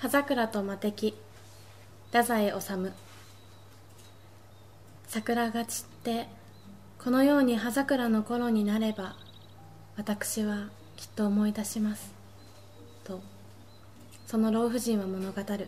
葉桜と魔敵、太宰治。桜が散ってこのように葉桜の頃になれば、私はきっと思い出しますと、その老婦人は物語る。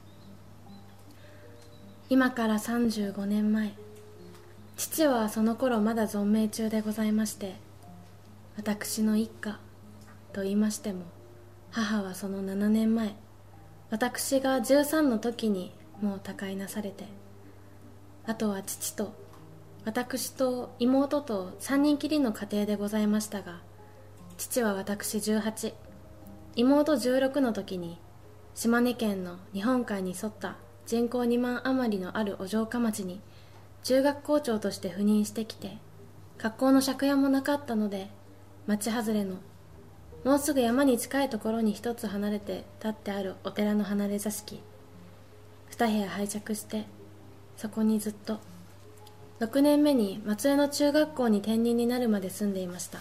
今から35年前、父はその頃まだ存命中でございまして、私の一家と言いましても、母はその7年前、私が13の時にもう他界なされて、あとは父と私と妹と3人きりの家庭でございましたが、父は私18、妹16の時に島根県の日本海に沿った人口2万余りのあるお城下町に中学校長として赴任してきて、学校の借家もなかったので、町外れのもうすぐ山に近いところに一つ離れて立ってあるお寺の離れ座敷2部屋拝借して、そこにずっと6年目に松江の中学校に転任になるまで住んでいました。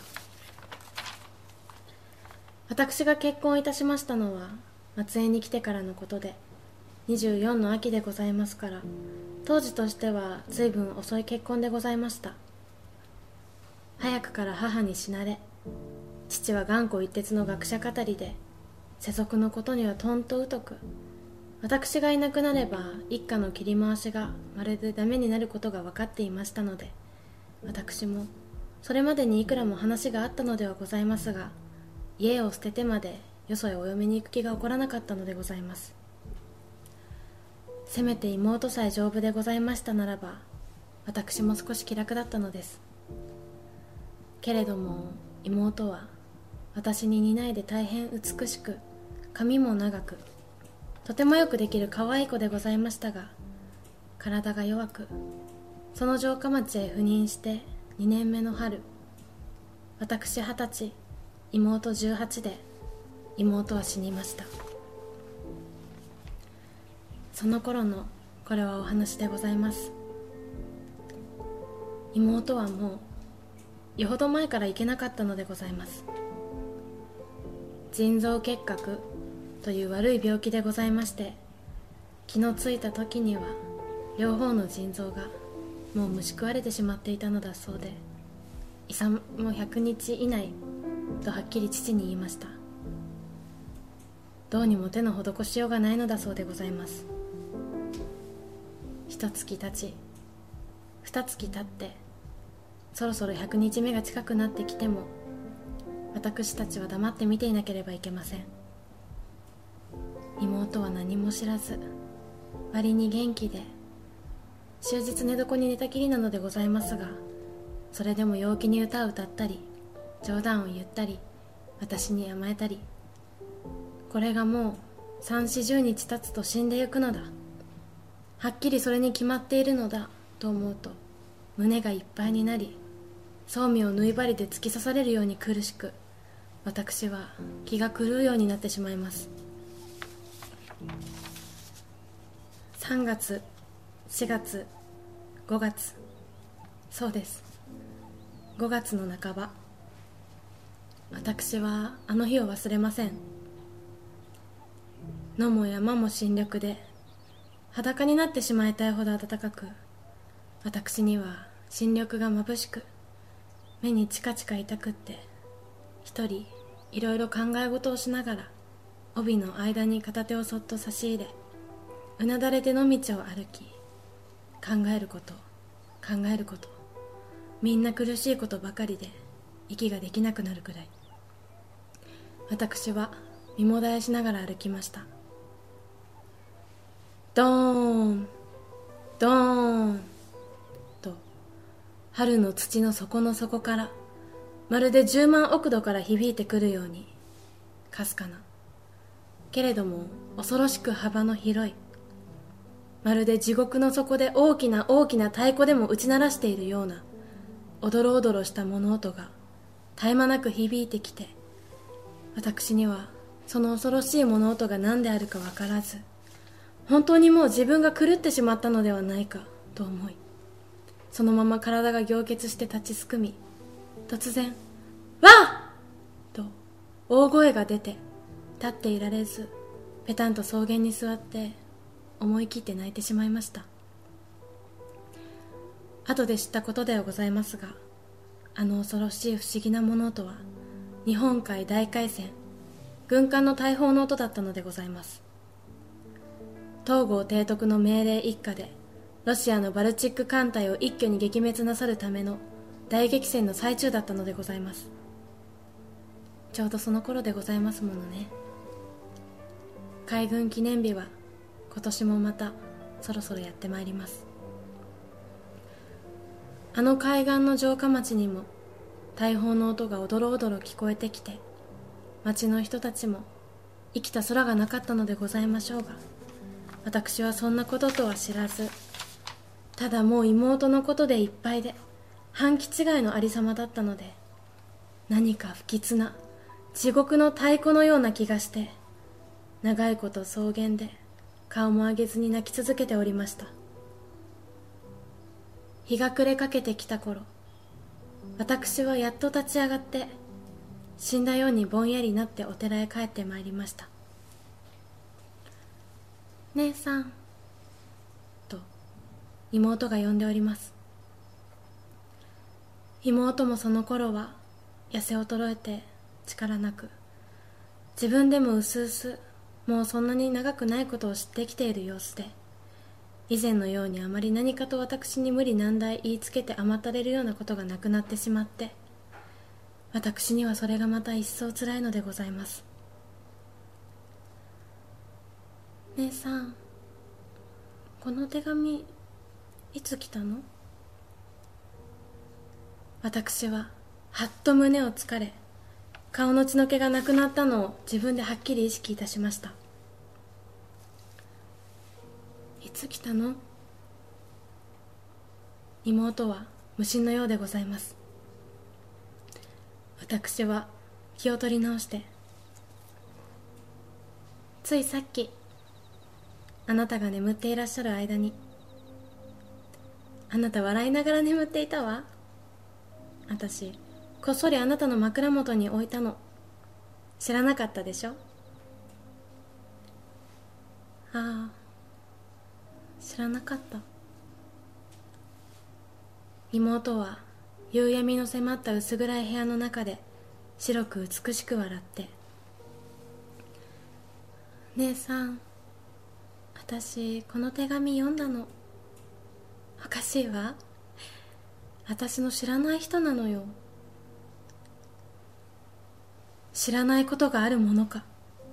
私が結婚いたしましたのは松江に来てからのことで、24の秋でございますから、当時としては随分遅い結婚でございました。早くから母に死なれ、父は頑固一徹の学者語りで、世俗のことにはとんと疎く、私がいなくなれば一家の切り回しがまるでダメになることが分かっていましたので、私もそれまでにいくらも話があったのではございますが、家を捨ててまでよそへお嫁に行く気が起こらなかったのでございます。せめて妹さえ丈夫でございましたならば、私も少し気楽だったのです。けれども妹は私に似ないで大変美しく、髪も長く、とてもよくできる可愛い子でございましたが、体が弱く、その城下町へ赴任して2年目の春、私20歳、妹18で、妹は死にました。その頃のこれはお話でございます。妹はもうよほど前から行けなかったのでございます。腎臓結核という悪い病気でございまして、気のついた時には両方の腎臓がもう虫食われてしまっていたのだそうで、遺産も100日以内とはっきり父に言いました。どうにも手の施しようがないのだそうでございます。一月経ち、二月経って、そろそろ100日目が近くなってきても、私たちは黙って見ていなければいけません。妹は何も知らず、割に元気で、終日寝床に寝たきりなのでございますが、それでも陽気に歌を歌ったり、冗談を言ったり、私に甘えたり、これがもう3、40日経つと死んでゆくのだ、はっきりそれに決まっているのだと思うと、胸がいっぱいになり、そうめんを縫い針で突き刺されるように苦しく、私は気が狂うようになってしまいます。3月、4月、5月、そうです、5月の半ば、私はあの日を忘れません。野も山も新緑で、裸になってしまいたいほど暖かく、私には新緑が眩しく、目にチカチカ痛くって、一人いろいろ考え事をしながら、帯の間に片手をそっと差し入れ、うなだれて野道を歩き、考えること、考えること、みんな苦しいことばかりで息ができなくなるくらい、私は身もだえしながら歩きました。ドーンドーンと、春の土の底の底から、まるで10万億度から響いてくるように、かすかなけれども恐ろしく幅の広い、まるで地獄の底で大きな大きな太鼓でも打ち鳴らしているようなおどろおどろした物音が絶え間なく響いてきて、私にはその恐ろしい物音が何であるか分からず、本当にもう自分が狂ってしまったのではないかと思い、そのまま体が凝結して立ちすくみ、突然わっと大声が出て、立っていられずペタンと草原に座って思い切って泣いてしまいました。後で知ったことではございますが、あの恐ろしい不思議な物音は日本海大海戦軍艦の大砲の音だったのでございます。東郷提督の命令一下でロシアのバルチック艦隊を一挙に撃滅なさるための大激戦の最中だったのでございます。ちょうどその頃でございますものね。海軍記念日は今年もまたそろそろやってまいります。あの海岸の城下町にも大砲の音がおどろおどろ聞こえてきて、町の人たちも生きた空がなかったのでございましょうが、私はそんなこととは知らず、ただもう妹のことでいっぱいで半期違いのありさまだったので、何か不吉な地獄の太鼓のような気がして、長いこと草原で顔も上げずに泣き続けておりました。日が暮れかけてきた頃、私はやっと立ち上がって死んだようにぼんやりなってお寺へ帰ってまいりました。姉さんと妹が呼んでおります。妹もその頃は痩せ衰えて力なく、自分でもうすうすもうそんなに長くないことを知ってきている様子で、以前のようにあまり何かと私に無理難題言いつけて甘ったれるようなことがなくなってしまって、私にはそれがまた一層つらいのでございます。姉さん、この手紙いつ来たの？私ははっと胸をつかれ、顔の血の気がなくなったのを自分ではっきり意識いたしました。いつ来たの？妹は無心のようでございます。私は気を取り直して、ついさっきあなたが眠っていらっしゃる間に。あなた笑いながら眠っていたわ。私こっそりあなたの枕元に置いたの。知らなかったでしょ？ああ、知らなかった。妹は夕闇の迫った薄暗い部屋の中で白く美しく笑って、姉さん、私この手紙読んだの。おかしいわ。私の知らない人なのよ。知らないことがあるものか。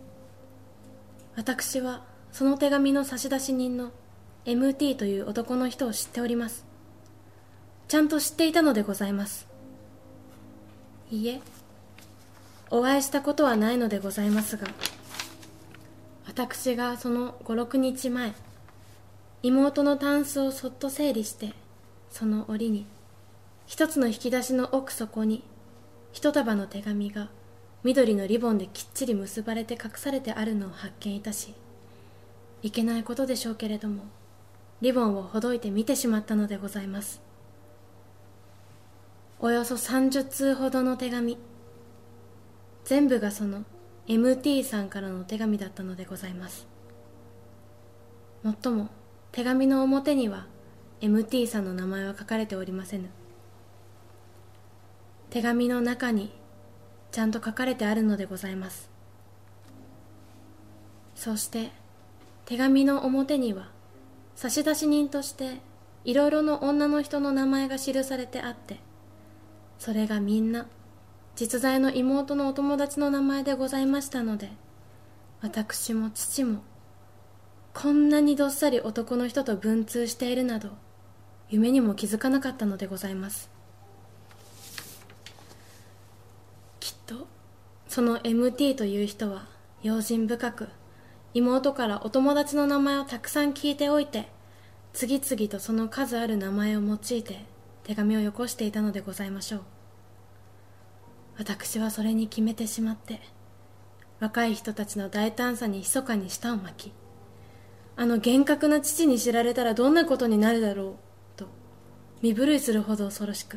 私はその手紙の差出人の MT という男の人を知っております。ちゃんと知っていたのでございます。いいえ、お会いしたことはないのでございますが、私がその5、6日前、妹のタンスをそっと整理して、その折に一つの引き出しの奥底に一束の手紙が緑のリボンできっちり結ばれて隠されてあるのを発見いたし、いけないことでしょうけれども、リボンをほどいて見てしまったのでございます。およそ30通ほどの手紙、全部がその MT さんからの手紙だったのでございます。もっとも手紙の表には MT さんの名前は書かれておりませぬ。手紙の中にちゃんと書かれてあるのでございます。そして手紙の表には差出人としていろいろの女の人の名前が記されてあって、それがみんな実在の妹のお友達の名前でございましたので、私も父もこんなにどっさり男の人と文通しているなど夢にも気づかなかったのでございます。きっとその MT という人は用心深く、妹からお友達の名前をたくさん聞いておいて、次々とその数ある名前を用いて手紙をよこしていたのでございましょう。私はそれに決めてしまって、若い人たちの大胆さに密かに舌を巻き、あの厳格な父に知られたらどんなことになるだろうと身震いするほど恐ろしく、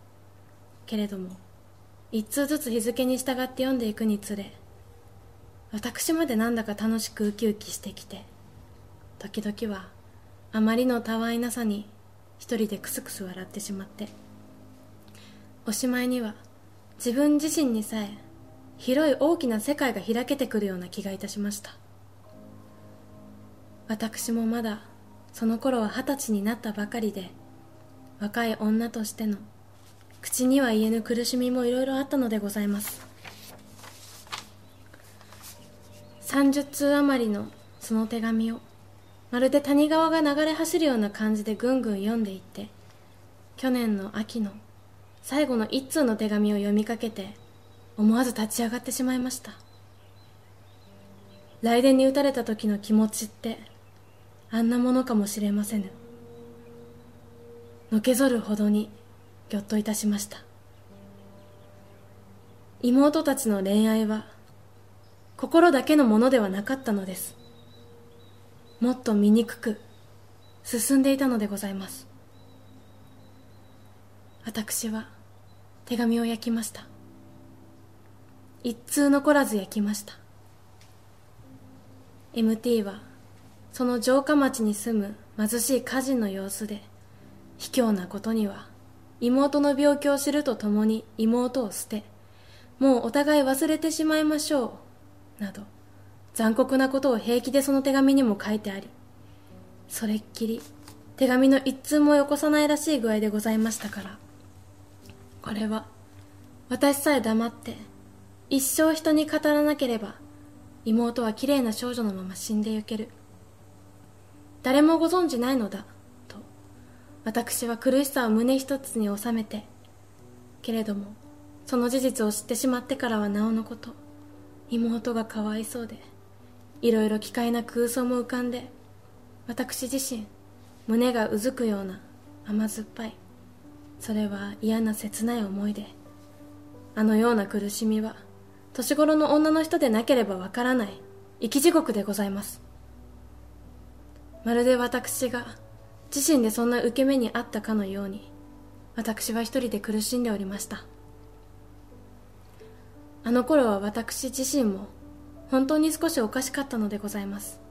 けれども一通ずつ日付に従って読んでいくにつれ、 私までなんだか楽しくウキウキしてきて、時々はあまりのたわいなさに一人でクスクス笑ってしまって、おしまいには自分自身にさえ広い大きな世界が開けてくるような気がいたしました。私もまだその頃は20歳になったばかりで、若い女としての口には言えぬ苦しみもいろいろあったのでございます。30通余りのその手紙をまるで谷川が流れ走るような感じでぐんぐん読んでいって、去年の秋の最後の一通の手紙を読みかけて思わず立ち上がってしまいました。雷電に打たれた時の気持ちってあんなものかもしれませぬ。のけぞるほどにぎょっといたしました。妹たちの恋愛は心だけのものではなかったのです。もっと醜く進んでいたのでございます。私は手紙を焼きました。一通残らず焼きました。 MT はその城下町に住む貧しい家人の様子で、卑怯なことには妹の病気を知るとともに妹を捨て、もうお互い忘れてしまいましょうなど残酷なことを平気でその手紙にも書いてあり、それっきり手紙の一通もよこさないらしい具合でございましたから、これは私さえ黙って一生人に語らなければ妹はきれいな少女のまま死んでゆける、誰もご存じないのだと私は苦しさを胸一つに収めて、けれどもその事実を知ってしまってからはなおのこと、妹がかわいそうでいろいろ奇怪な空想も浮かんで、私自身胸がうずくような甘酸っぱい、それは嫌な切ない思いで、あのような苦しみは年頃の女の人でなければわからない生き地獄でございます。まるで私が自身でそんな受け目にあったかのように、私は一人で苦しんでおりました。あの頃は私自身も本当に少しおかしかったのでございます。